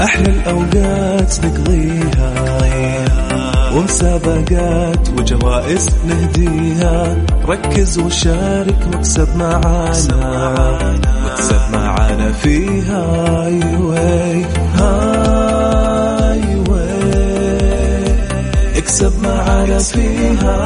أحلى الأوقات نقضيها ومسابقات وجوائز نهديها. ركز وشارك واكسب معانا فيها هاي واي اكسب معانا فيها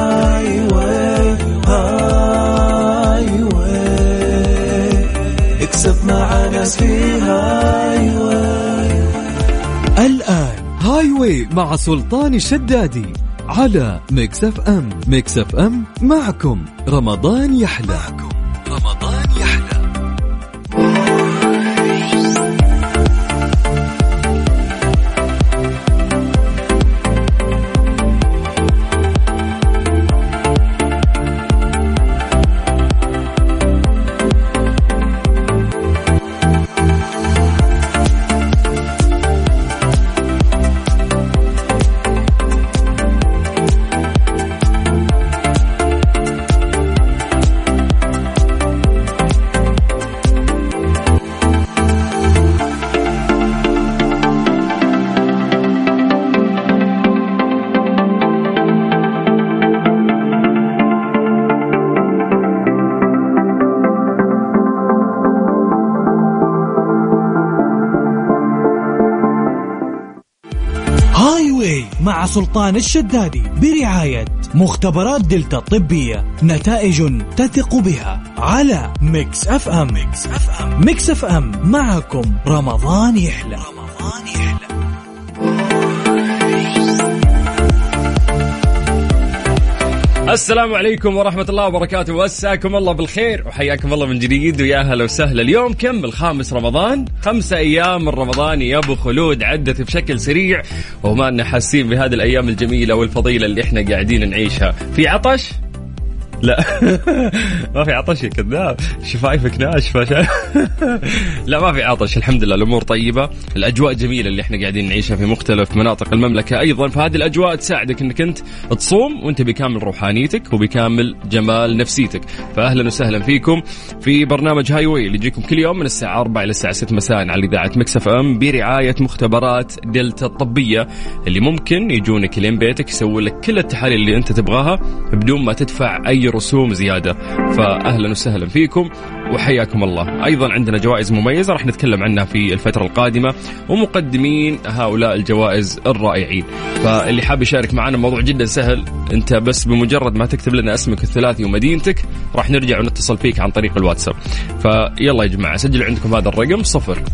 هاي واي اكسب معانا فيها هاي واي. الآن هاي واي مع سلطان الشدادي على ميكس اف ام. ميكس اف ام معكم رمضان يحلى. مع سلطان الشدادي برعاية مختبرات دلتا الطبية، نتائج تثق بها على ميكس اف ام. ميكس اف ام معكم رمضان يحلى. السلام عليكم ورحمة الله وبركاته، وساكم الله بالخير وحياكم الله من جديد ويا أهلا وسهلا. اليوم كم الخامس رمضان، 5 أيام من رمضان يا أبو خلود عدت بشكل سريع وما أننا حاسين بهذه الأيام الجميلة والفضيلة اللي إحنا قاعدين نعيشها. في عطش؟ لا ما في عطش يا كذاب، شفايفك ناشفة. لا ما في عطش الحمد لله، الأمور طيبة، الأجواء جميلة اللي احنا قاعدين نعيشها في مختلف مناطق المملكة أيضا. فهذه الأجواء تساعدك أنك أنت تصوم وأنت بكامل روحانيتك وبكامل جمال نفسيتك. فأهلا وسهلا فيكم في برنامج هاي واي اللي يجيكم كل يوم من الساعة 4 إلى الساعة 6 مساء على إذاعة ميكس اف ام برعاية مختبرات دلتا الطبية اللي ممكن يجونك لين بيتك يسوي لك كل التحاليل اللي أنت تبغاها بدون ما تدفع أي رسوم زيادة. فأهلا وسهلا فيكم وحياكم الله. أيضا عندنا جوائز مميزة راح نتكلم عنها في الفترة القادمة ومقدمين هؤلاء الجوائز الرائعين. فاللي حاب يشارك معنا موضوع جدا سهل، أنت بس بمجرد ما تكتب لنا اسمك الثلاثي ومدينتك راح نرجع ونتصل فيك عن طريق الواتساب. فيلا يا جماعة سجلوا عندكم هذا الرقم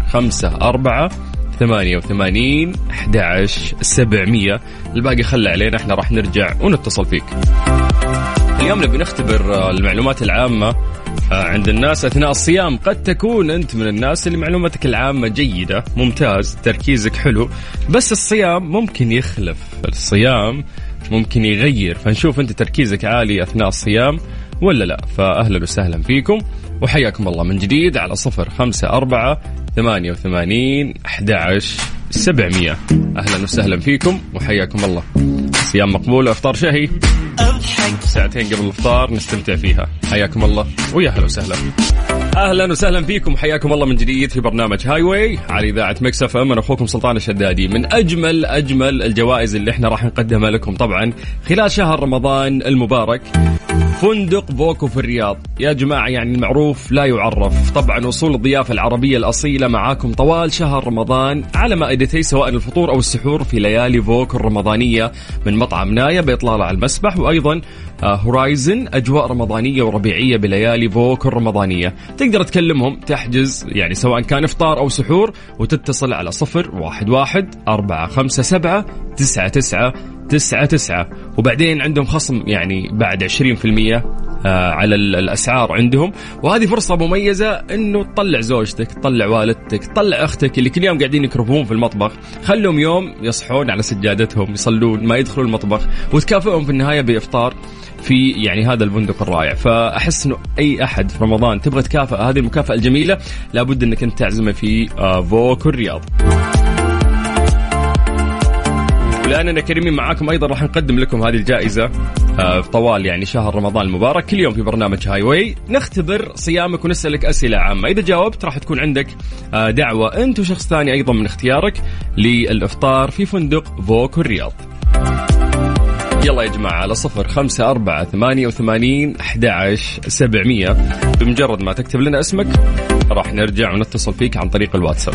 0548811700. الباقي خلى علينا، احنا راح نرجع ونتصل فيك. اليوم نبي نختبر المعلومات العامة عند الناس أثناء الصيام. قد تكون أنت من الناس اللي معلوماتك العامة جيدة، ممتاز، تركيزك حلو، بس الصيام ممكن يخلف، الصيام ممكن يغير. فنشوف أنت تركيزك عالي أثناء الصيام ولا لا. فأهلا وسهلا فيكم وحياكم الله من جديد على 0548811700. أهلا وسهلا فيكم وحياكم الله. صيام مقبول وافطار شهي، ساعتين قبل الافطار نستمتع فيها. حياكم الله ويا اهلا وسهلا. اهلا وسهلا فيكم حياكم الله من جديد في برنامج هاي واي على اذاعه ميكس اف ام. انا اخوكم سلطان الشدادي. من اجمل الجوائز اللي احنا راح نقدمها لكم طبعا خلال شهر رمضان المبارك فندق فوكو في الرياض. يا جماعة يعني المعروف لا يعرف، طبعا وصول الضيافة العربية الأصيلة معاكم طوال شهر رمضان على مائدتي سواء الفطور أو السحور في ليالي فوكو الرمضانية من مطعم نايا بإطلالة على المسبح، وأيضا هورايزن أجواء رمضانية وربيعية بليالي فوكو الرمضانية. تقدر تكلمهم تحجز يعني سواء كان إفطار أو سحور وتتصل على 0114579999. وبعدين عندهم خصم يعني بعد 20% على الأسعار عندهم. وهذه فرصة مميزة إنه تطلع زوجتك، تطلع والدتك، تطلع أختك اللي كل يوم قاعدين يكرفون في المطبخ، خلهم يوم يصحون على سجادتهم يصلون ما يدخلوا المطبخ، وتكافئهم في النهاية بإفطار في يعني هذا الفندق الرائع. فأحس إنه أي أحد في رمضان تبغى تكافئ هذه المكافأة الجميلة لابد إنك أنت تعزمه في فوكو الرياض. لأننا كريمين معاكم أيضا راح نقدم لكم هذه الجائزة طوال يعني شهر رمضان المبارك. كل يوم في برنامج هاي واي نختبر صيامك ونسألك أسئلة عامة. إذا جاوبت راح تكون عندك دعوة أنت وشخص ثاني أيضا من اختيارك للإفطار في فندق فوك الرياض. يلا يا جماعة على 0548811700 بمجرد ما تكتب لنا اسمك راح نرجع ونتصل فيك عن طريق الواتساب.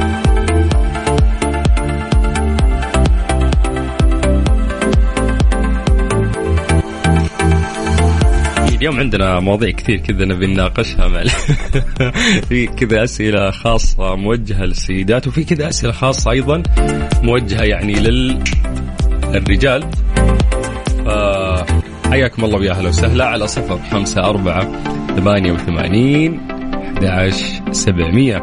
اليوم عندنا مواضيع كثير كذا نبي نناقشها في كذا أسئلة خاصة موجهة للسيدات وفي كذا أسئلة خاصة أيضا موجهة يعني للرجال. حياكم الله ويا أهلا وسهلا على 0548811700.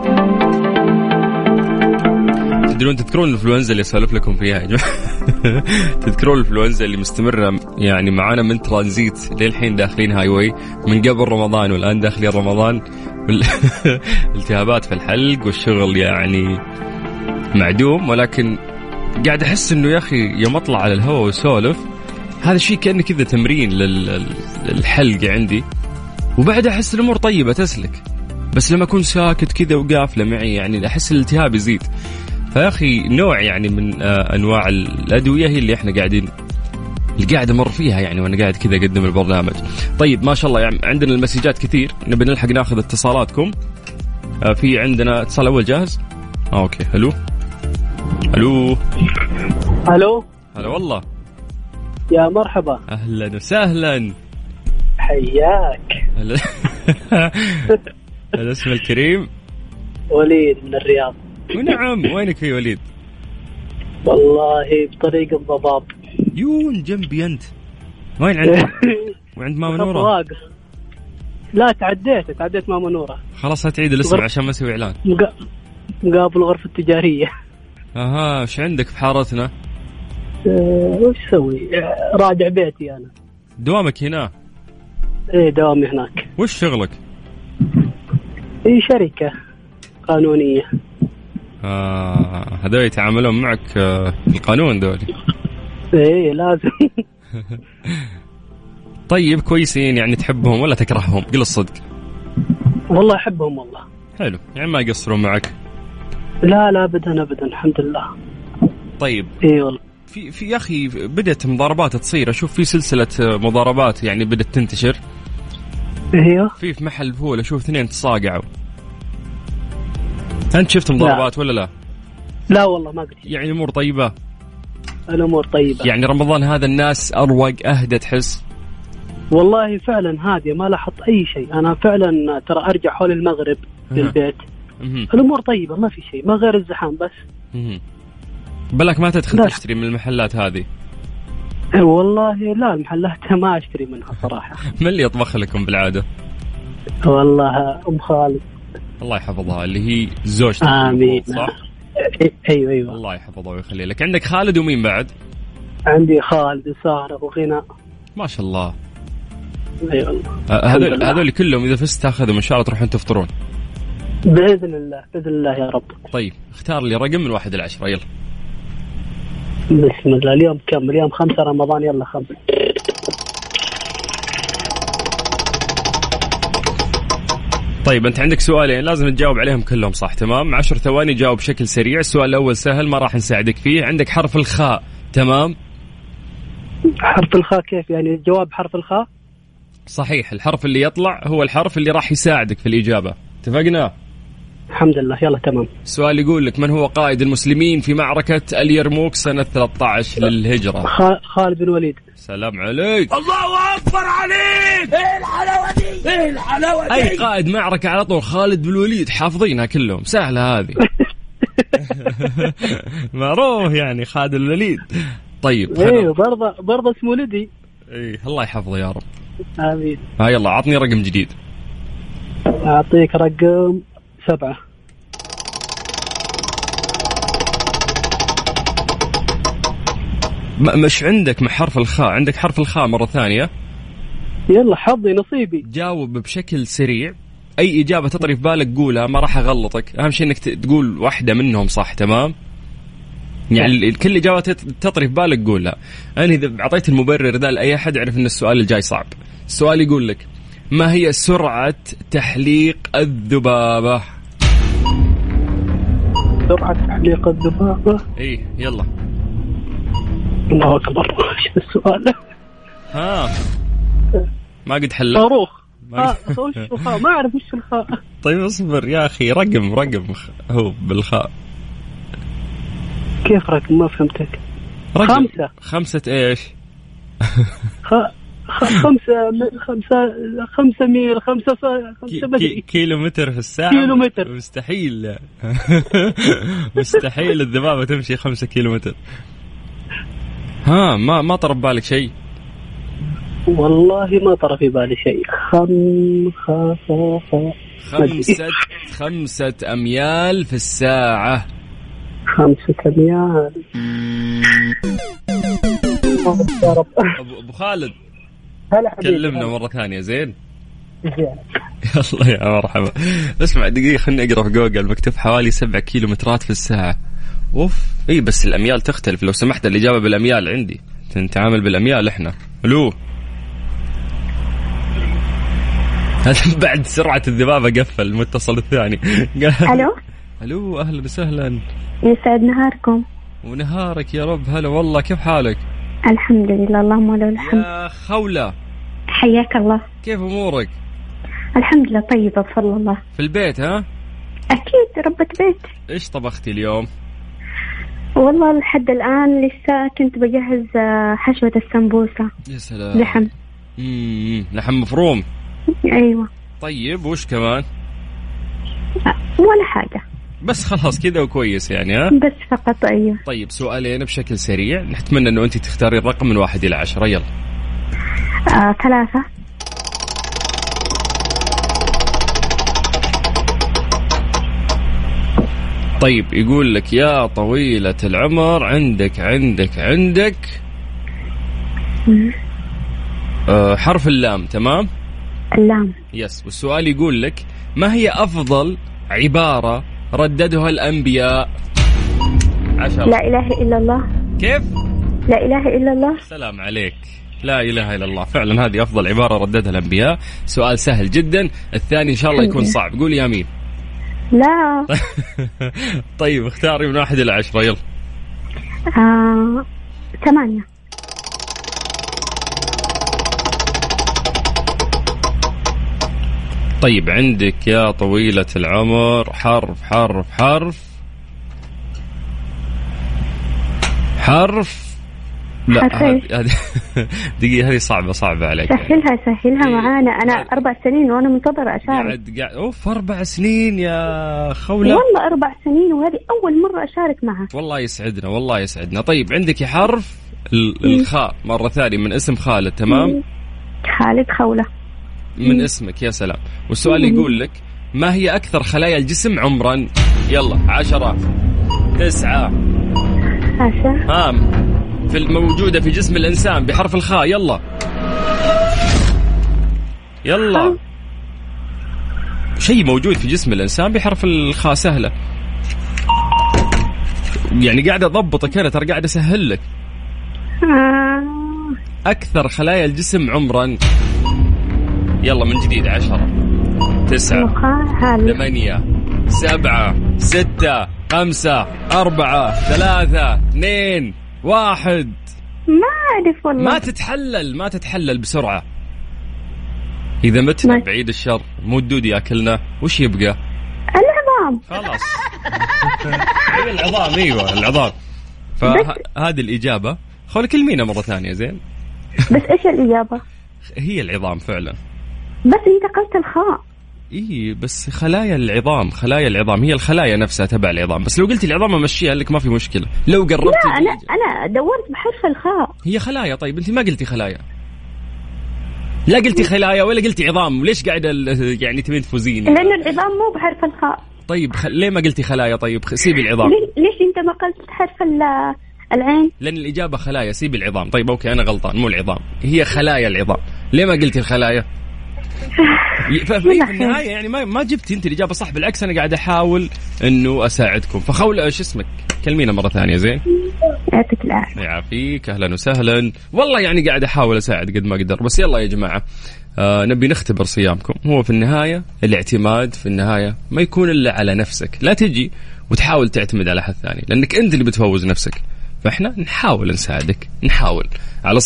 تذكرون الإنفلونزا اللي أسولف لكم فيها يا جماعة؟ تذكرون الإنفلونزا اللي مستمرة يعني معانا من ترانزيت للحين داخلين هاي واي من قبل رمضان والآن داخلين رمضان. التهابات في الحلق والشغل يعني معدوم، ولكن قاعد أحس إنه يا أخي يوم أطلع على الهواء وسولف هذا الشيء كأنه كذا تمرين للحلق عندي، وبعد أحس الأمور طيبة تسلك. بس لما أكون ساكت كذا وقافلة معي يعني أحس الالتهاب يزيد. فيا أخي نوع يعني من أنواع الأدوية هي اللي إحنا قاعد أمر فيها يعني وأنا قاعد كذا أقدم البرنامج. طيب ما شاء الله يعني عندنا المسجات كثير، نبي نلحق ناخذ اتصالاتكم. في عندنا اتصال أول جاهز. أوكي. هلو هلا والله يا مرحبا. أهلا وسهلا. حياك. الاسم الكريم وليد من الرياض. ونعم. وينك في وليد؟ والله بطريق الضباب. يون جنبي أنت. وين عندك؟ وعند ماما نورة؟ لا تعديت ماما نورة. خلاص تعيد الاسم عشان ما اسوي إعلان. مقابل الغرفة التجارية. أها وش عندك في حارتنا؟ وش سوي؟ راجع بيتي أنا. دوامك هنا؟ إيه دوامي هناك. وش شغلك؟ إيه شركة قانونية. هذول يتعاملون معك بالقانون دولي. إيه لازم. طيب كويسين يعني تحبهم ولا تكرههم؟ قل الصدق. والله أحبهم والله. حلو يعني ما يقصرون معك؟ لا أبدا الحمد لله. طيب. إيه والله. في يا أخي بدأت مضاربات تصير، أشوف في سلسلة مضاربات يعني بدأت تنتشر. ايوه. في محل فول أشوف 2 تصاقعوا. أنت شفت مضاربات ولا لا؟ لا والله ما قلت. يعني الأمور طيبة. الأمور طيبة. يعني رمضان هذا الناس أروق أهدى تحس. والله فعلا هادية ما لاحظت أي شيء. أنا فعلا ترى أرجع حول المغرب للبيت. الأمور طيبة ما في شيء ما غير الزحام بس. بلك ما تدخل تشتري من المحلات هذه؟ والله لا المحلات ما أشتري منها صراحة. من اللي يطبخ لكم بالعادة؟ والله أم خالد الله يحفظها اللي هي زوجتك. آمين. صح؟ أيوة. الله يحفظها ويخلي لك. عندك خالد ومين بعد؟ عندي خالد وسارة وغناء. ما شاء الله. أيوة. هذول كلهم إذا فزت تأخذهم إن شاء الله تروحون تفطرون. بإذن الله يا رب. طيب اختار لي رقم من 1 إلى 10 يلا. بسم الله. اليوم كم؟ اليوم 5 رمضان. يلا 5. طيب أنت عندك سؤالين لازم تجاوب عليهم كلهم صح. تمام 10 ثواني جاوب بشكل سريع. السؤال الأول سهل ما راح نساعدك فيه. عندك حرف الخاء. تمام. حرف الخاء كيف يعني الجواب حرف الخاء؟ صحيح الحرف اللي يطلع هو الحرف اللي راح يساعدك في الإجابة. اتفقنا؟ الحمد لله. يلا تمام. السؤال يقول لك من هو قائد المسلمين في معركة اليرموك سنة 13 للهجرة؟ خالد بن وليد. سلام عليك. الله أكبر عليك. ايه الحلاوة دي ايه الحلاوة دي. أي قائد معركة على طول خالد بن الوليد حافظينها كلهم سهلة هذه. معروف يعني خالد بن الوليد. طيب ايه برضه اسمه ولدي. ايه الله يحفظه يا رب. آمين. يلا عطني رقم جديد. أعطيك رقم 7. مش عندك مع حرف الخاء؟ عندك حرف الخاء مرة ثانية. يلا حظي نصيبي. جاوب بشكل سريع. أي إجابة تطري في بالك قولها ما راح أغلطك. أهم شيء إنك تقول واحدة منهم صح. تمام. يعني كل إجابة تطري في بالك قولها. أنا إذا أعطيت المبرر ذا لأي أحد يعرف أن السؤال الجاي صعب. السؤال يقول لك ما هي سرعة تحليق الذبابة؟ سرعة تحليق الذبابة. إيه يلا. الله أكبر. إيش السؤال؟ ها ما قد حلق. صاروخ. ما أعرف إيش الخاء. طيب اصبر يا أخي. رقم هو بالخاء. كيف رقم؟ ما فهمتك. رقم. 5 إيش؟ 5 ميل 5 كيلومتر في الساعة. كيلومتر. مستحيل. مستحيل الذبابة تمشي 5 كيلومتر. ها ما طرب بالك شيء؟ والله ما طرى في بالي شيء. 5 أميال في الساعة. 5 أميال. يا رب. أبو خالد هلا كلمنا مرة ثانية. زين يلا يا مرحبا. اسمع دقيقة خلني أقرأ في جوجل. مكتوب حوالي 7 كيلومترات في الساعة. اوف اي بس الأميال تختلف. لو سمحت الإجابة بالأميال عندي. نتعامل بالأميال احنا. الو بعد سرعة الذبابة قفل المتصل الثاني. الو أهلا وسهلا. يسعد نهاركم. ونهارك يا رب. هلا والله. كيف حالك؟ الحمد لله اللهم له الحمد. يا خولة حياك الله. كيف أمورك؟ الحمد لله طيبة بفضل الله. في البيت ها؟ أكيد ربة بيت. إيش طبختي اليوم؟ والله لحد الآن لسه كنت بجهز حشوة السمبوسة. يا سلام. لحم. لحم مفروم. أيوة. طيب وش كمان؟ ولا حاجة. بس خلاص كذا وكويس يعني ها؟ بس فقط. أيوة. طيب سؤالين بشكل سريع. نتمنى أنه أنت تختاري الرقم من 1 إلى 10. يلا. 3. طيب يقول لك يا طويلة العمر عندك حرف اللام. تمام. اللام. يس. والسؤال يقول لك ما هي أفضل عبارة رددها الأنبياء؟ 10. لا إله إلا الله. كيف؟ لا إله إلا الله. سلام عليك. لا إله إلا الله فعلا هذه أفضل عبارة رددها الأنبياء. سؤال سهل جدا. الثاني إن شاء الله يكون صعب. قولي يا مين. لا. طيب اختاري من 1 إلى 10. يلا. 8. طيب عندك يا طويلة العمر حرف لا هذه دقيقة. هذه صعبة عليك. سهلها معانا. أنا 4 سنين وأنا منتظر أشارك. قاعد أوف 4 سنين يا خولة. والله 4 سنين وهذه أول مرة أشارك معها. والله يسعدنا. طيب عندك حرف الخاء مرة ثانية من اسم خالد. تمام. خالد خولة من اسمك. يا سلام. والسؤال يقول لك ما هي أكثر خلايا الجسم عمرا؟ يلا. 10 9 في الموجودة في جسم الإنسان بحرف الخاء. يلا شيء موجود في جسم الإنسان بحرف الخاء. سهلة يعني. قاعد أضبطك أنا ترى. قاعد أسهل لك. أكثر خلايا الجسم عمرا. يلا من جديد. 10 9 8 7 6 5 4 3 2 1. ما أعرف والله. ما تتحلل بسرعة. إذا متنا بعيد الشر مو الدود ياكلنا. وش يبقى؟ العظام. خلاص. العظام. أيوة العظام. فهذه الإجابة. خلي كلمينا مرة ثانية. زين. بس إيش الإجابة؟ هي العظام فعلا. بس أنت قلت الخاء. إيه بس خلايا العظام هي الخلايا نفسها تبع العظام. بس لو قلت العظام أمشيها لك ما في مشكلة. لو قربت. لا أنا دورت بحرف الخاء. هي خلايا. طيب أنت ما قلتي خلايا. لا قلتي خلايا ولا قلتي عظام. ليش قاعدة يعني تبين تفوزين؟ لأن العظام مو بحرف الخاء. طيب ليه ما قلتي خلايا؟ طيب سيبي العظام. ليش أنت ما قلت حرف العين؟ لأن الإجابة خلايا. سيبي العظام. طيب أوكي أنا غلطان. مو العظام. هي خلايا العظام. ليه ما قلتي الخلايا؟ في النهاية يعني ما جبتي أنت الإجابة صح، بالعكس أنا قاعد أحاول إنه أساعدكم. فخولة إيش اسمك؟ كلمينا مرة ثانية. زين يعطيك العافية. يعافيك. أهلا وسهلا. والله يعني قاعد أحاول أساعد قد ما أقدر. بس يلا يا جماعة، نبي نختبر صيامكم. هو في النهاية الاعتماد في النهاية ما يكون إلا على نفسك. لا تجي وتحاول تعتمد على حد ثاني، لأنك أنت اللي بتفوز نفسك. فإحنا نحاول نساعدك، نحاول على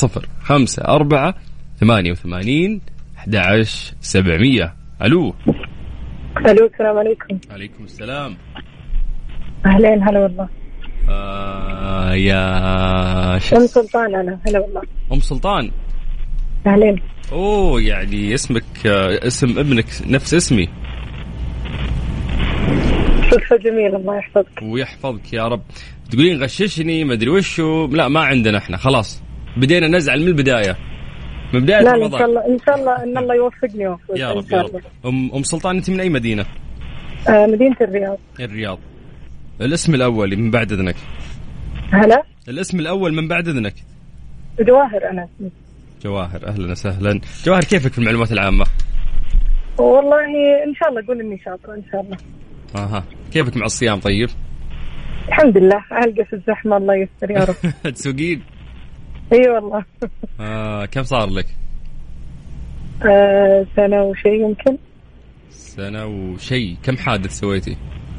0548811700. ألو. السلام عليكم. عليكم السلام. أهلين. هلا والله. يا أم سلطان. أنا هلا والله. أم سلطان. أهلين. أوه يعني اسمك اسم ابنك نفس اسمي. صدفة جميلة، الله يحفظك. ويحفظك يا رب. تقولين غششني ما أدري وشو. لا ما عندنا إحنا خلاص بدينا نزعل من البداية، من بداية لا رمضان. إن شاء الله إن الله يوفقني ويوفقك يا رب إن شاء يا رب. أم سلطان أنت من أي مدينة؟ مدينة الرياض. الرياض. الاسم الأول من بعد إذنك. هلا. الاسم الأول من بعد إذنك. جواهر. أنا اسمي جواهر. أهلا وسهلا جواهر. كيفك في المعلومات العامة؟ والله إن شاء الله أقول إني شاطرة إن شاء الله. كيفك مع الصيام؟ طيب الحمد لله. ألقى في الزحمة، الله يستر يا رب. تسوقين؟ اي والله. كم صار لك؟ سنة وشيء يمكن. سنة وشيء. كم حادث سويتي؟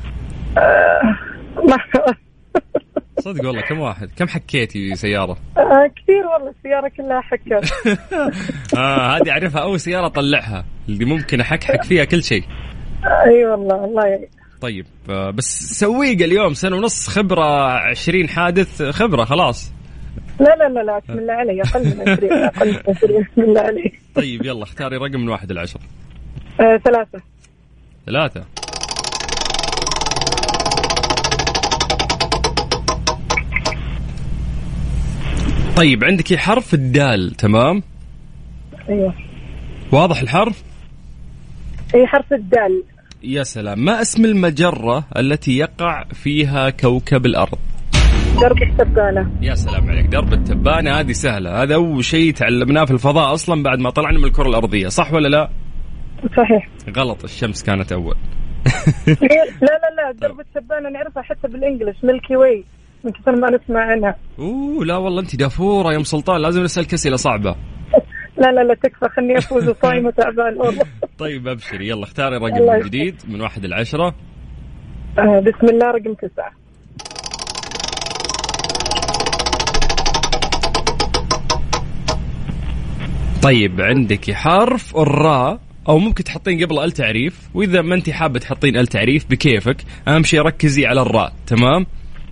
صدق والله كم واحد؟ كم حكيتي سيارة؟ كثير والله، السيارة كلها حكت. هذه أعرفها، أول سيارة طلعها اللي ممكن أحكحك فيها كل شيء. اي والله. الله يعين. طيب بس سويق اليوم 1.5 سنة خبرة، 20 حادث خبرة خلاص. لا بسم الله علي. أقل من 20 بسم الله علي. طيب يلا اختاري رقم من 1 إلى 10. 3. طيب عندك حرف الدال، تمام؟ ايوه. واضح الحرف؟ اي حرف الدال. يا سلام. ما اسم المجرة التي يقع فيها كوكب الأرض؟ درب التبانة. يا سلام عليك، درب التبانة. هذه سهلة، هذا أول شيء تعلمناه في الفضاء أصلا بعد ما طلعنا من الكرة الأرضية، صح ولا لا؟ صحيح. غلط، الشمس كانت أول. لا درب التبانة نعرفها حتى بالإنجليش، ميلكي واي، من كثر ما نسمع عنها. لا والله أنت دافورة يا أم سلطان، لازم نسألك أسئلة صعبة. لا تكفى، خلني أفوز وصايمة تعبان والله. طيب أبشري، يلا اختاري رقم جديد من 1 إلى 10. بسم الله. رقم 9. طيب عندك حرف الراء، أو ممكن تحطين قبل التعريف، وإذا ما أنت حابة تحطين التعريف بكيفك. أهم شيء ركزي على الراء. تمام.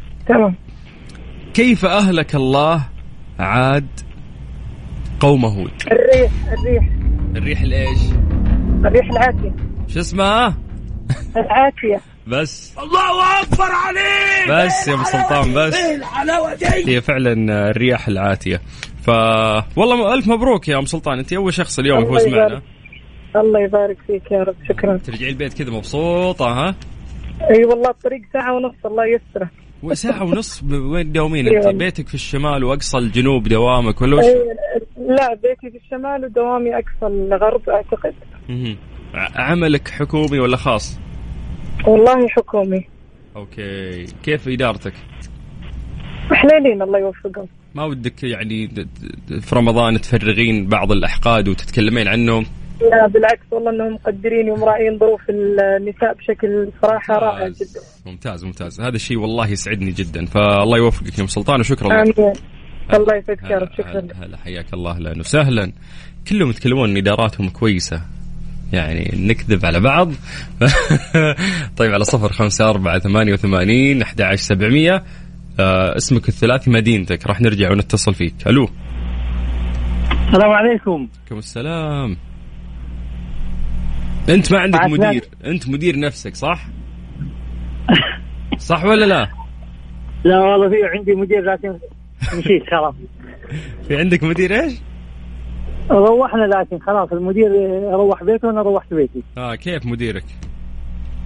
كيف أهلك الله عاد قوم هود؟ الريح الإيش؟ الريح العاتية. شو اسمها؟ العاتية. بس. الله أكبر عليك. بس يا أبو سلطان، بس هي فعلا الرياح العاتية. والله ألف مبروك يا أم سلطان، أنت أول شخص اليوم يفوز معنا. الله يبارك فيك يا رب. شكرا. ترجعي البيت كذا مبسوطة؟ ها اي والله الطريق 1.5 ساعة، الله يسره. 1.5 ساعة؟ وين تداومين انت؟ بيتك في الشمال واقصى الجنوب دوامك ولا وش؟ لا بيتي في الشمال ودوامي اقصى الغرب اعتقد. عملك حكومي ولا خاص؟ والله حكومي. اوكي. كيف ادارتك؟ حليلين الله يوفقهم. ما ودك يعني في رمضان تفرغين بعض الاحقاد وتتكلمين عنهم؟ لا بالعكس والله انهم مقدرين ومراعين ظروف النساء بشكل صراحه رائع جدا. ممتاز. هذا الشيء والله يسعدني جدا. فالله يوفقك يا ام سلطان وشكرا لك. امين. الله يسعدك يا رب. شكرا. هلا حياك الله. اهلا وسهلا. كلهم يتكلمون ان اداراتهم كويسه، يعني نكذب على بعض. طيب على 0548811700. اسمك الثلاثي مدينتك، راح نرجع ونتصل فيك. الو. السلام عليكم. عليكم السلام. انت ما عندك مدير؟ انت مدير نفسك صح؟ صح ولا لا؟ لا والله في عندي مدير لكن مشيت خلاص. في عندك مدير ايش؟ روحنا لكن خلاص المدير روح بيته وانا روحت بيتي. كيف مديرك؟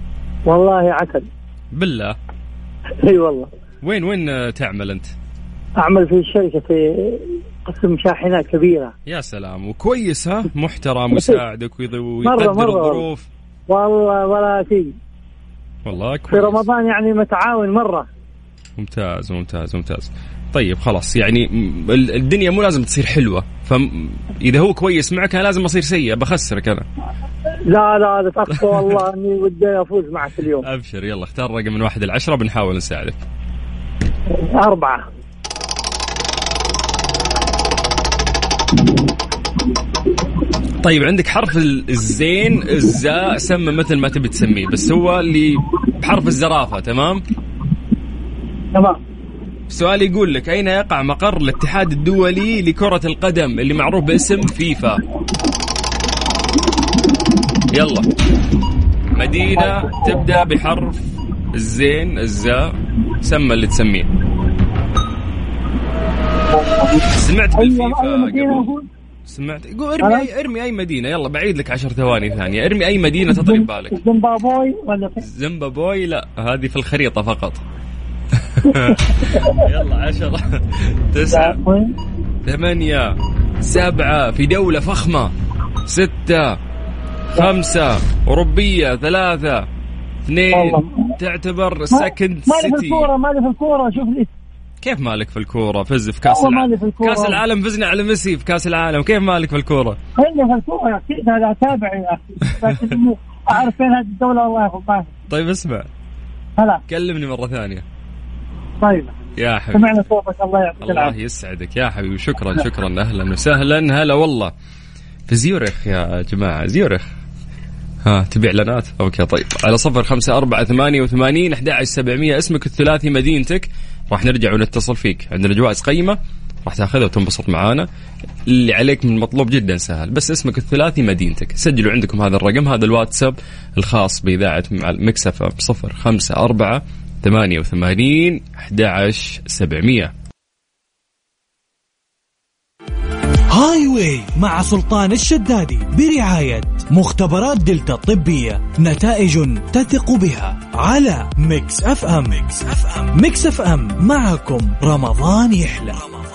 والله عسل. بالله؟ اي والله. وين تعمل انت؟ أعمل في شركة في قسم شاحنات كبيرة. يا سلام، وكويس ها، محترم ويساعدك ويقدر الظروف. والله ولا شيء، والله كويس. في رمضان يعني متعاون مرة. ممتاز ممتاز ممتاز. طيب خلاص، يعني الدنيا مو لازم تصير حلوة، فإذا هو كويس معك أنا لازم أصير سيء، بخسرك أنا. لا تأخذ والله إني ودي أفوز معك اليوم. أبشر، يلا اختار رقم من 1 إلى 10 بنحاول نساعدك. 4. طيب عندك حرف الزين، الزاء، سمى مثل ما تبي تسميه، بس هو اللي بحرف الزرافة. تمام. السؤال يقول لك أين يقع مقر الاتحاد الدولي لكرة القدم اللي معروف باسم فيفا؟ يلا، مدينة تبدأ بحرف الزين، الزاء، سمى اللي تسميه. سمعت بالفيفا قبل؟ سمعت؟ قول ارمي أي مدينة. يلا بعيد لك 10 ثواني ثانية. ارمي أي مدينة تطري ببالك. زيمبابوي ولا زيمبابوي؟ لا، هذه في الخريطة فقط. يلا 10 9 8 7 في دولة فخمة، 6 5 أوروبية، 3 2 تعتبر سكند سيتي. مالي في الكورة شوف لي. كيف مالك في الكورة؟ فز في كأس العالم. كأس العالم فزنا على ميسي في كأس العالم. كيف مالك في الكورة؟ هلا في الكورة أكيد، هذا أتابع يا أخي، لكن أعرف فين هذه الدولة والله يخلصها. طيب اسمع، هلا كلمني مرة ثانية. طيب يا حبيبي، سمعنا صوتك، الله يعطيك العافية. الله يسعدك يا حبيبي، شكرا. أهلا وسهلا. هلا والله في زيورخ يا جماعة، زيورخ. تبي إعلانات؟ أوكي طيب، على 0548811700 اسمك الثلاثي، مدينتك، راح نرجع ونتصل فيك. عندنا جوائز قيمة راح تاخذها وتنبسط معانا. اللي عليك من مطلوب جدا سهل، بس اسمك الثلاثي، مدينتك. سجلوا عندكم هذا الرقم، هذا الواتساب الخاص بإذاعة ميكس اف ام 0548811700. هاي واي مع سلطان الشدادي برعاية مختبرات دلتا الطبية، نتائج تثق بها، على ميكس اف ام. ميكس اف ام معكم رمضان يحلى.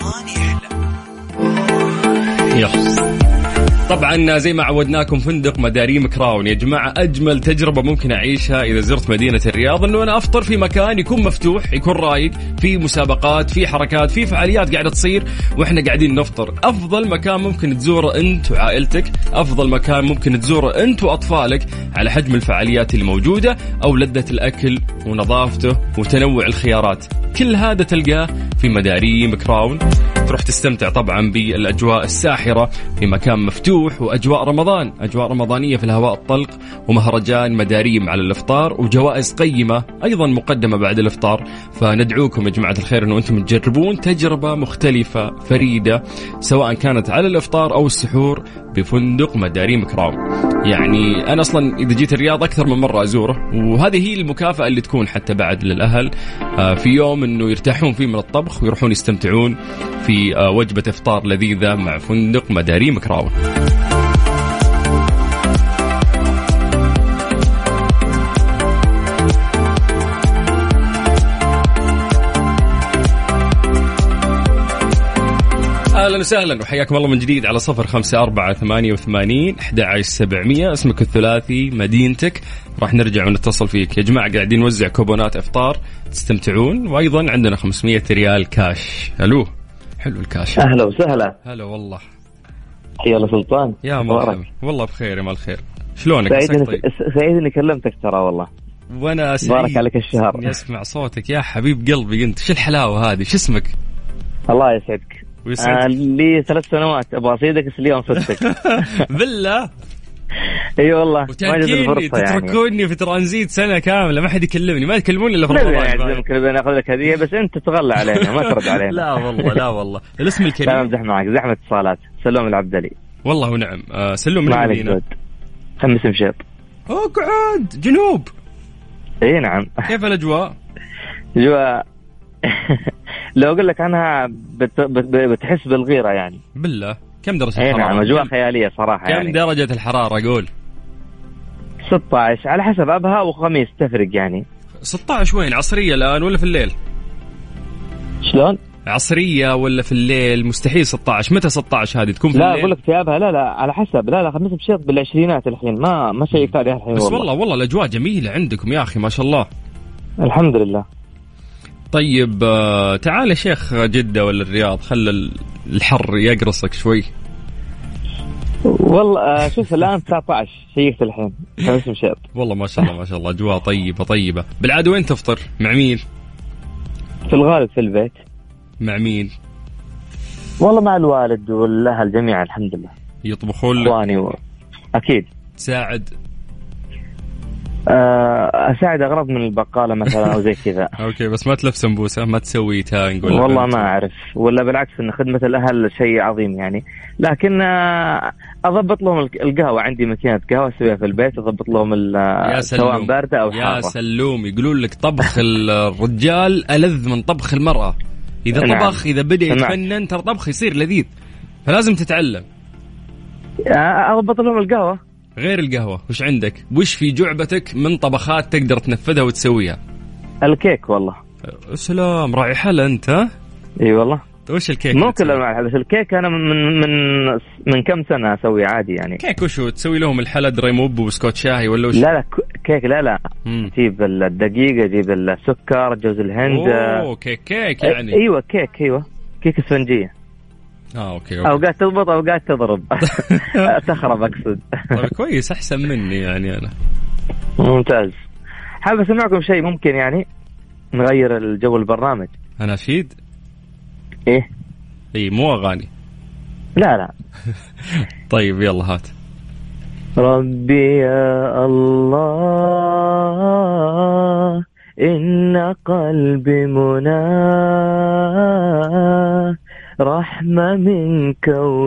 طبعا زي ما عودناكم، فندق مداريم كراون يا جماعة أجمل تجربة ممكن أعيشها إذا زرت مدينة الرياض، أنه أنا أفطر في مكان يكون مفتوح، يكون رايق، في مسابقات، في حركات، في فعاليات قاعدة تصير وإحنا قاعدين نفطر. أفضل مكان ممكن تزوره أنت وعائلتك، أفضل مكان ممكن تزوره أنت وأطفالك، على حجم الفعاليات اللي موجودة أو لذة الأكل ونظافته وتنوع الخيارات. كل هذا تلقاه في مداريم كراون. تروح تستمتع طبعا بالأجواء الساحرة في مكان مفتوح، وأجواء رمضان، أجواء رمضانية في الهواء الطلق، ومهرجان مداريم على الإفطار، وجوائز قيمة أيضا مقدمة بعد الإفطار. فندعوكم يا جماعة الخير أنه أنتم تجربون تجربة مختلفة فريدة، سواء كانت على الإفطار أو السحور، بفندق مداريم كراون. يعني أنا أصلا إذا جيت الرياض أكثر من مرة أزوره، وهذه هي المكافأة اللي تكون حتى بعد للأهل في يوم أنه يرتاحون فيه من الطبخ ويروحون يستمتعون في وجبة إفطار لذيذة مع فندق مداريم كراون. أهلا وسهلا وحياكم الله من جديد على 0548811700 اسمك الثلاثي، مدينتك، راح نرجع ونتصل فيك. يا جماعة قاعدين نوزع كوبونات إفطار تستمتعون، وأيضا عندنا 500 ريال كاش. ألو، حلو الكاش. أهلا وسهلا. هلا والله. حيا الله سلطان. يا مرحبا. والله بخير يا مال خير. شلونك؟ سعيد إني كلمتك ترى والله. وأنا سعيد. بارك عليك الشهر. يسمع صوتك يا حبيب قلبي. أنت شو الحلاوة هذه؟ شو اسمك؟ الله يسعدك. لي 3 سنوات أبغى أصيدك، بس اليوم صدتك. بالله. اي والله. وتركيني تتركوني في ترانزيت سنة كاملة، ما حد يكلمني، ما يكلموني إلا في رمضان. يعني ناخذ لك هدية بس أنت تغلى علينا، ما ترد علينا. لا والله لا والله. الاسم الكريم. لا أمزح معك، زحمة اتصالات. سلوم العبدلي. والله ونعم. سلوم من المدينة. خمس مشيط. اقعد جنوب. اي نعم. كيف الأجواء؟ أجواء لو أقول لك عنها بتحس بالغيرة يعني. بالله. كم درجة الحرارة؟ نعم، أجواء خيالية صراحة. كم يعني درجة الحرارة؟ قول. 16 على حسب أبها وخميس تفرق يعني. 16 وين؟ عصرية الآن ولا في الليل؟ شلون؟ عصرية ولا في الليل؟ مستحيل 16. متى 16 هذه تكون في لا الليل؟ أقول لك ثيابها لا على حسب. لا خميس مشيط بالعشرينات الحين، ما شيكت عليها الحين. بس والله الأجواء جميلة عندكم يا أخي ما شاء الله. الحمد لله. طيب تعال يا شيخ جدة ولا الرياض، خلى الحر يقرصك شوي. والله شوف الآن 19 شيكت الحين خميس مشيط. والله ما شاء الله ما شاء الله أجواء طيبة. بالعادة وين تفطر؟ مع مين؟ في الغالب في البيت. مع مين؟ والله مع الوالد والأهل جميعا الحمد لله. يطبخون لك؟ إخواني أكيد. تساعد؟ أساعد أغرب من البقالة مثلا أو زي كذا. أوكي بس ما تلف سمبوسة، ما تسوي تانج ولا؟ والله ما أعرف، ولا بالعكس إن خدمة الأهل شيء عظيم يعني. لكن أضبط لهم القهوة، عندي ماكينة قهوة أسويها في البيت، أضبط لهم سواء باردة أو حارة. يا سلوم، يقولون لك طبخ الرجال ألذ من طبخ المرأة. إذا طبخ إذا بدأ يتفنن ترى طبخ يصير لذيذ، فلازم تتعلم. أضبط لهم القهوة. غير القهوة وش عندك؟ وش في جعبتك من طبخات تقدر تنفذها وتسويها؟ الكيك والله. سلام، راعي حلا أنت. إي والله. وش الكيك؟ مو كل أنواع بس الكيك أنا من كم سنة أسوي عادي يعني. كيك وشو تسوي لهم؟ الحلى ريموب وبسكوت شاهي ولا وش؟ لا كيك لا جيب الدقيقة، جيب السكر، جوز الهند. أوه كيك يعني. أيوة كيك اسفنجية. أوكي. أوقات تضبط أوقات تضرب. تخرب أقصد. طيب كويس، أحسن مني يعني أنا. ممتاز. حابب أسمعكم شيء ممكن يعني نغير الجو البرنامج. أنا أفيد. إيه مو أغاني. لا. طيب يلا هات. ربي يا الله إن قلبي مناه، رحمة منك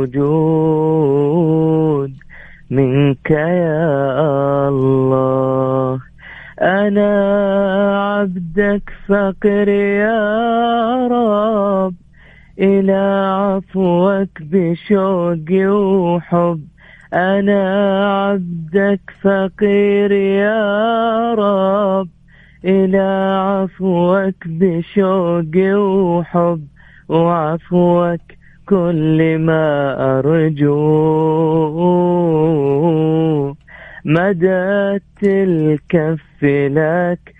وجود منك يا الله. أنا عبدك فقير يا رب، إلى عفوك بشوق وحب. أنا عبدك فقير يا رب، إلى عفوك بشوق وحب. وعفوك كل ما أرجو، مددت الكف لك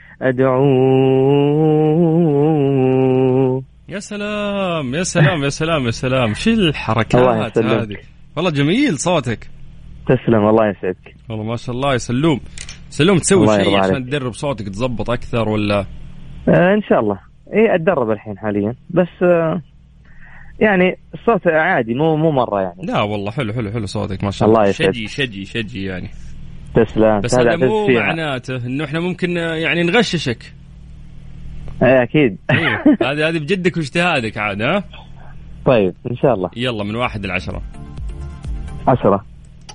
أدعو. يا سلام يا سلام يا سلام يا سلام، شو الحركات هذه؟ والله جميل صوتك. تسلم الله يسعدك. والله ما شاء الله. يا سلوم تسوي شيء عشان تدرب صوتك تزبط أكثر ولا؟ إن شاء الله. أتدرب الحين حاليا بس يعني الصوت عادي مو مرة يعني. لا والله حلو صوتك ما شاء الله. شجي يعني. تسلم. بس هذا مو معناته إنه إحنا ممكن يعني نغششك. أكيد. هذه بجدك واجتهادك عاد. ها طيب إن شاء الله. يلا من 1 إلى 10. 10.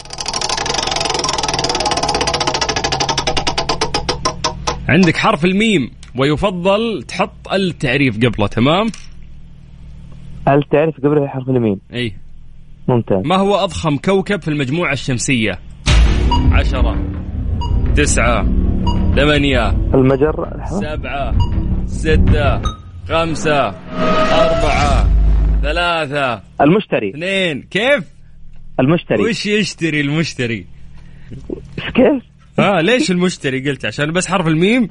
عندك حرف الميم ويفضل تحط التعريف قبله. تمام. التعريف قبله حرف الميم. أي ممتاز. ما هو أضخم كوكب في المجموعة الشمسية؟ 10 9 8 المجرة 7 6 5 4 3 المشتري 2. كيف المشتري؟ وش يشتري المشتري؟ كيف؟ ليش المشتري قلت؟ عشان بس حرف الميم.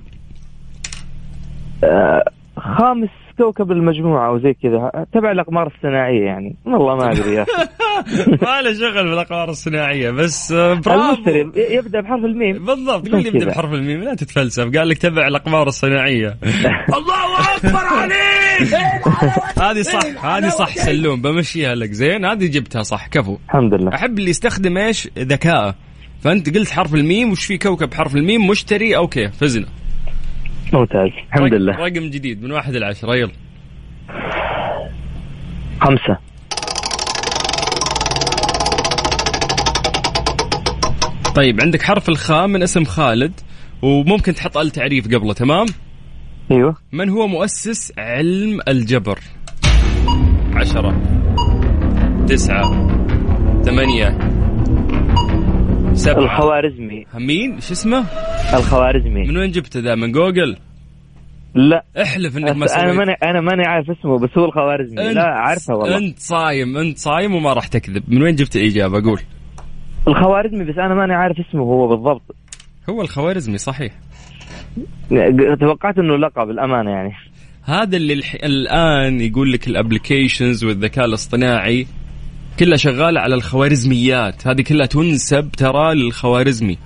خامس كوكب المجموعة وزي كذا، تبع الأقمار الصناعية يعني. والله ما أدري يا أخي. ما له شغل بالأقمار الصناعية بس. برافو. يبدأ بحرف الميم. بالضبط. قول لي يبدأ بحرف الميم، لا تتفلسف. قال لك تبع الأقمار الصناعية. الله أكبر عليك. هذه صح سلوم، بمشيها لك زين. هذه جبتها صح، كفو الحمد لله. أحب اللي يستخدم إيش ذكاء. فأنت قلت حرف الميم، وش في كوكب حرف الميم؟ مشتري. أوكي فزنا. ممتاز الحمد لله. رقم جديد من 1 إلى 10. يلا. 5. طيب عندك حرف الخاء من اسم خالد، وممكن تحط التعريف قبله. تمام. ايوه. من هو مؤسس علم الجبر؟ 10 9 8 7. الخوارزمي. مين؟ شو اسمه؟ الخوارزمي. من وين جبته ذا؟ من جوجل؟ لا احلف انك ما سويت. انا ماني عارف اسمه، بس هو الخوارزمي. لا عارفه والله. انت صايم وما راح تكذب. من وين جبت الاجابه؟ اقول الخوارزمي، بس انا ماني عارف اسمه هو بالضبط. هو الخوارزمي صحيح. توقعت انه لقب الامانه يعني. هذا اللي الان يقول لك الابليكيشنز والذكاء الاصطناعي كلها شغاله على الخوارزميات، هذه كلها تنسب ترى للخوارزمي،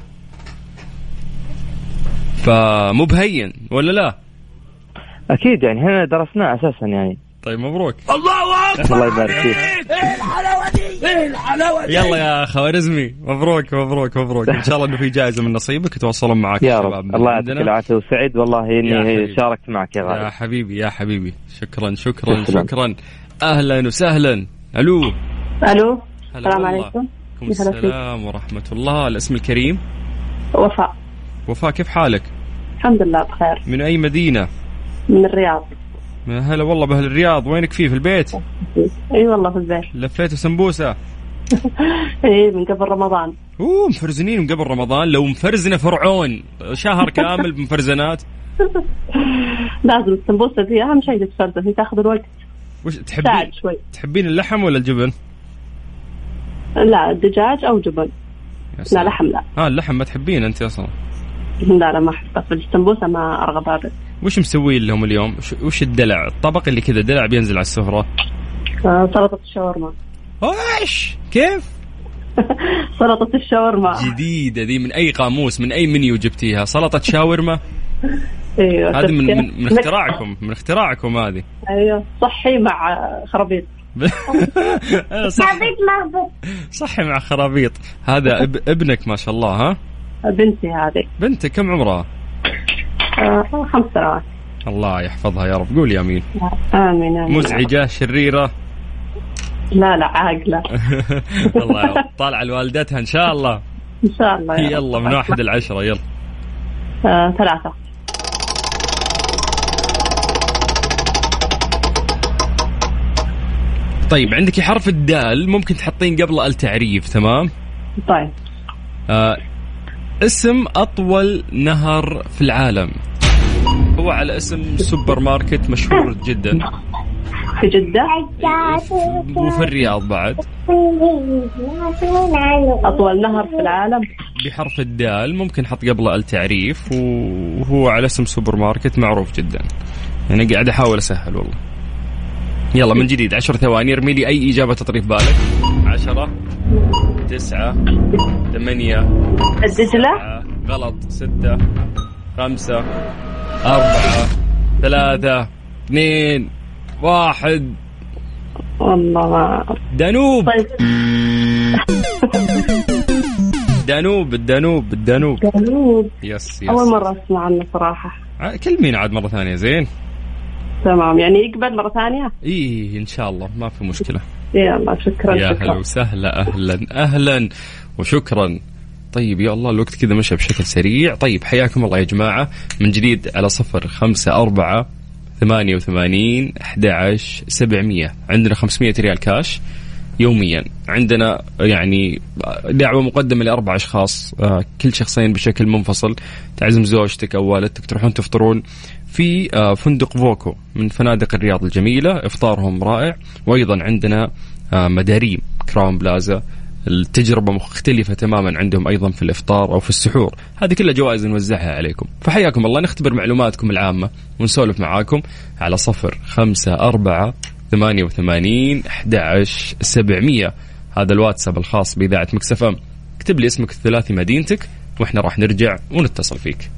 فمو بهين ولا لا؟ اكيد يعني هنا درسناه اساسا يعني. طيب مبروك. الله اكبر. الله يبارك فيك. ايه الحلاوه دي، ايه الحلاوه دي. يلا يا خوارزمي مبروك مبروك مبروك. ان شاء الله انه في جائزه من نصيبك يتواصلون معك يا رب. الله يعطيك العافيه وسعيد والله اني شاركت معك يا غالي. يا حبيبي يا حبيبي، شكرا شكرا شكرا. اهلا وسهلا. الو السلام عليكم. السلام ورحمه الله. الاسم الكريم؟ وفاء. وفاء، كيف حالك؟ الحمد لله بخير. من اي مدينه؟ من الرياض. هلا والله باهل الرياض. وينك في البيت؟ اي والله في البيت. لفيتوا سمبوسه؟ اي من قبل رمضان. مفرزنين من قبل رمضان. لو مفرزنه فرعون شهر كامل بمفرزنات. لازم السمبوسه دي اهم شيء تتفرزن، هي تاخذ الوقت. وش تحبين؟ شوي. تحبين اللحم ولا الجبن؟ لا الدجاج او جبن. لا لحم لا. اللحم ما تحبين انت اصلا؟ لا ما احبه. في السمبوسه ما ارغب ابدا. وش مسوين لهم اليوم؟ وش الدلع؟ الطبق اللي كذا دلع بينزل على السفره. سلطه الشاورما. ايش كيف؟ سلطه الشاورما جديده دي، من اي قاموس من اي منيو جبتيها؟ سلطه شاورما. ايوه هذه من اختراعكم، من اختراعكم هذه. ايوه صحي مع خرابيط. صحي مع خرابيط. هذا ابنك ما شاء الله. ها بنتي هذه. بنتك كم عمرها؟ 5 سنوات. الله يحفظها يا رب. قولي امين. امين. مزعجة شريرة؟ لا عاقلة. الله يا رب. طالعة لوالدتها ان شاء الله. ان شاء الله. يلا من 1 ل 10. يلا 3. طيب عندك حرف الدال، ممكن تحطين قبل التعريف. تمام. طيب اسم أطول نهر في العالم. هو على اسم سوبر ماركت مشهور جدا في جدة وفي الرياض بعد. أطول نهر في العالم بحرف الدال، ممكن حط قبل التعريف، وهو على اسم سوبر ماركت معروف جدا. يعني قاعد أحاول أسهل والله. يلا من جديد 10 ثواني. ارمي لي أي إجابة تطري في بالك. 10 9 8 الدجلة. غلط. 6 5 4 3 2 1. والله ما. دانوب. طيب. الدانوب. يس. أول مرة أسمع عنه صراحة. كلمين عاد مرة ثانية. زين تمام، يعني يقبل مرة ثانية. إيه إن شاء الله ما في مشكلة. يلا شكرا. يا أهلا وسهلا. أهلا وشكرا. طيب يا الله الوقت كذا مشى بشكل سريع. طيب حياكم الله يا جماعة من جديد على 054 88 11 700. عندنا 500 ريال كاش يوميا. عندنا يعني دعوة مقدمة ل4 أشخاص، كل شخصين بشكل منفصل. تعزم زوجتك أو والدتك تروحون تفطرون في فندق فوكو من فنادق الرياض الجميلة، إفطارهم رائع. وأيضا عندنا مداريم كراون بلازا، التجربة مختلفة تماما عندهم أيضا في الإفطار أو في السحور. هذه كلها جوائز نوزعها عليكم، فحياكم الله. نختبر معلوماتكم العامة ونسولف معاكم على 054 88 11 700. هذا الواتساب الخاص بإذاعة مكس اف ام. اكتب لي اسمك الثلاثي مدينتك وإحنا راح نرجع ونتصل فيك.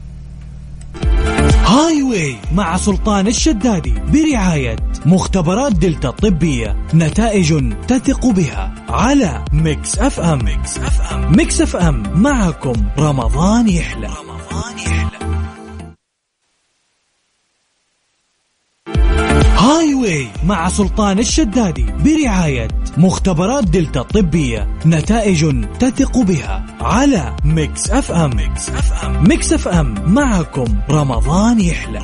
هاي واي مع سلطان الشدادي برعاية مختبرات دلتا الطبية، نتائج تثق بها على ميكس اف ام. ميكس اف ام معكم رمضان يحلى. هاي واي مع سلطان الشدادي برعاية مختبرات دلتا الطبية، نتائج تثق بها على ميكس اف ام. ميكس اف ام معكم رمضان يحلى.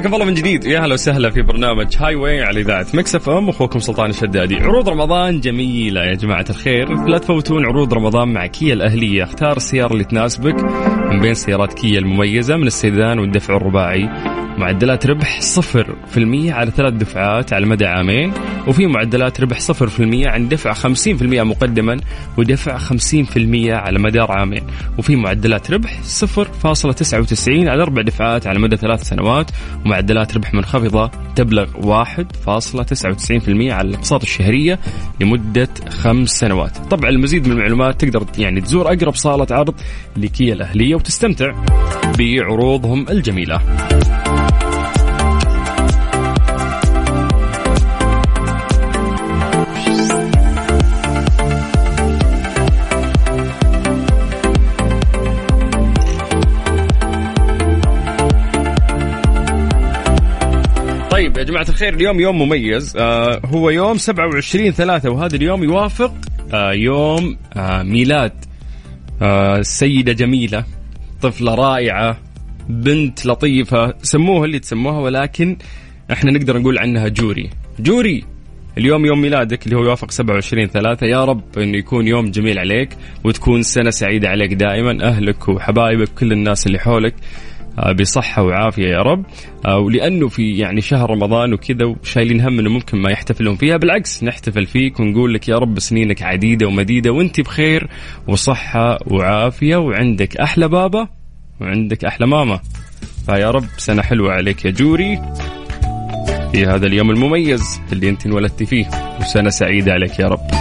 حياكم الله من جديد، يا هلا وسهلا في برنامج هاي واي على إذاعة ميكس اف ام، اخوكم سلطان الشدادي. عروض رمضان جميلة يا جماعة الخير، لا تفوتون عروض رمضان مع كيا الأهلية. اختار السيارة اللي تناسبك من بين سيارات كيا المميزة، من السيدان والدفع الرباعي. معدلات ربح 0% على 3 دفعات على مدى عامين، وفي معدلات ربح 0% عند دفع 50% مقدما ودفع 50% على مدار عامين، وفي معدلات ربح 0.99 على 4 دفعات على مدى 3 سنوات، ومعدلات ربح منخفضة تبلغ 1.99% على الأقساط الشهرية لمدة 5 سنوات. طبعا المزيد من المعلومات تقدر يعني تزور أقرب صالة عرض لكيا الأهلية وتستمتع بعروضهم الجميلة. طيب يا جماعة الخير، اليوم يوم مميز، هو يوم 27/3، وهذا اليوم يوافق يوم ميلاد سيدة جميلة، طفلة رائعة، بنت لطيفة، سموها اللي تسموها، ولكن احنا نقدر نقول عنها جوري. جوري، اليوم يوم ميلادك اللي هو يوافق 27/3، يا رب انه يكون يوم جميل عليك وتكون سنة سعيدة عليك دائما، أهلك وحبايبك كل الناس اللي حولك بصحة وعافية يا رب. ولأنه في يعني شهر رمضان وكذا وشايلين هم إنه ممكن ما يحتفلون فيها، بالعكس نحتفل فيك ونقول لك يا رب سنينك عديدة ومديدة وانت بخير وصحة وعافية، وعندك أحلى بابا وعندك أحلى ماما. فيا رب سنة حلوة عليك يا جوري في هذا اليوم المميز اللي انت انولدتي فيه، وسنة سعيدة عليك يا رب.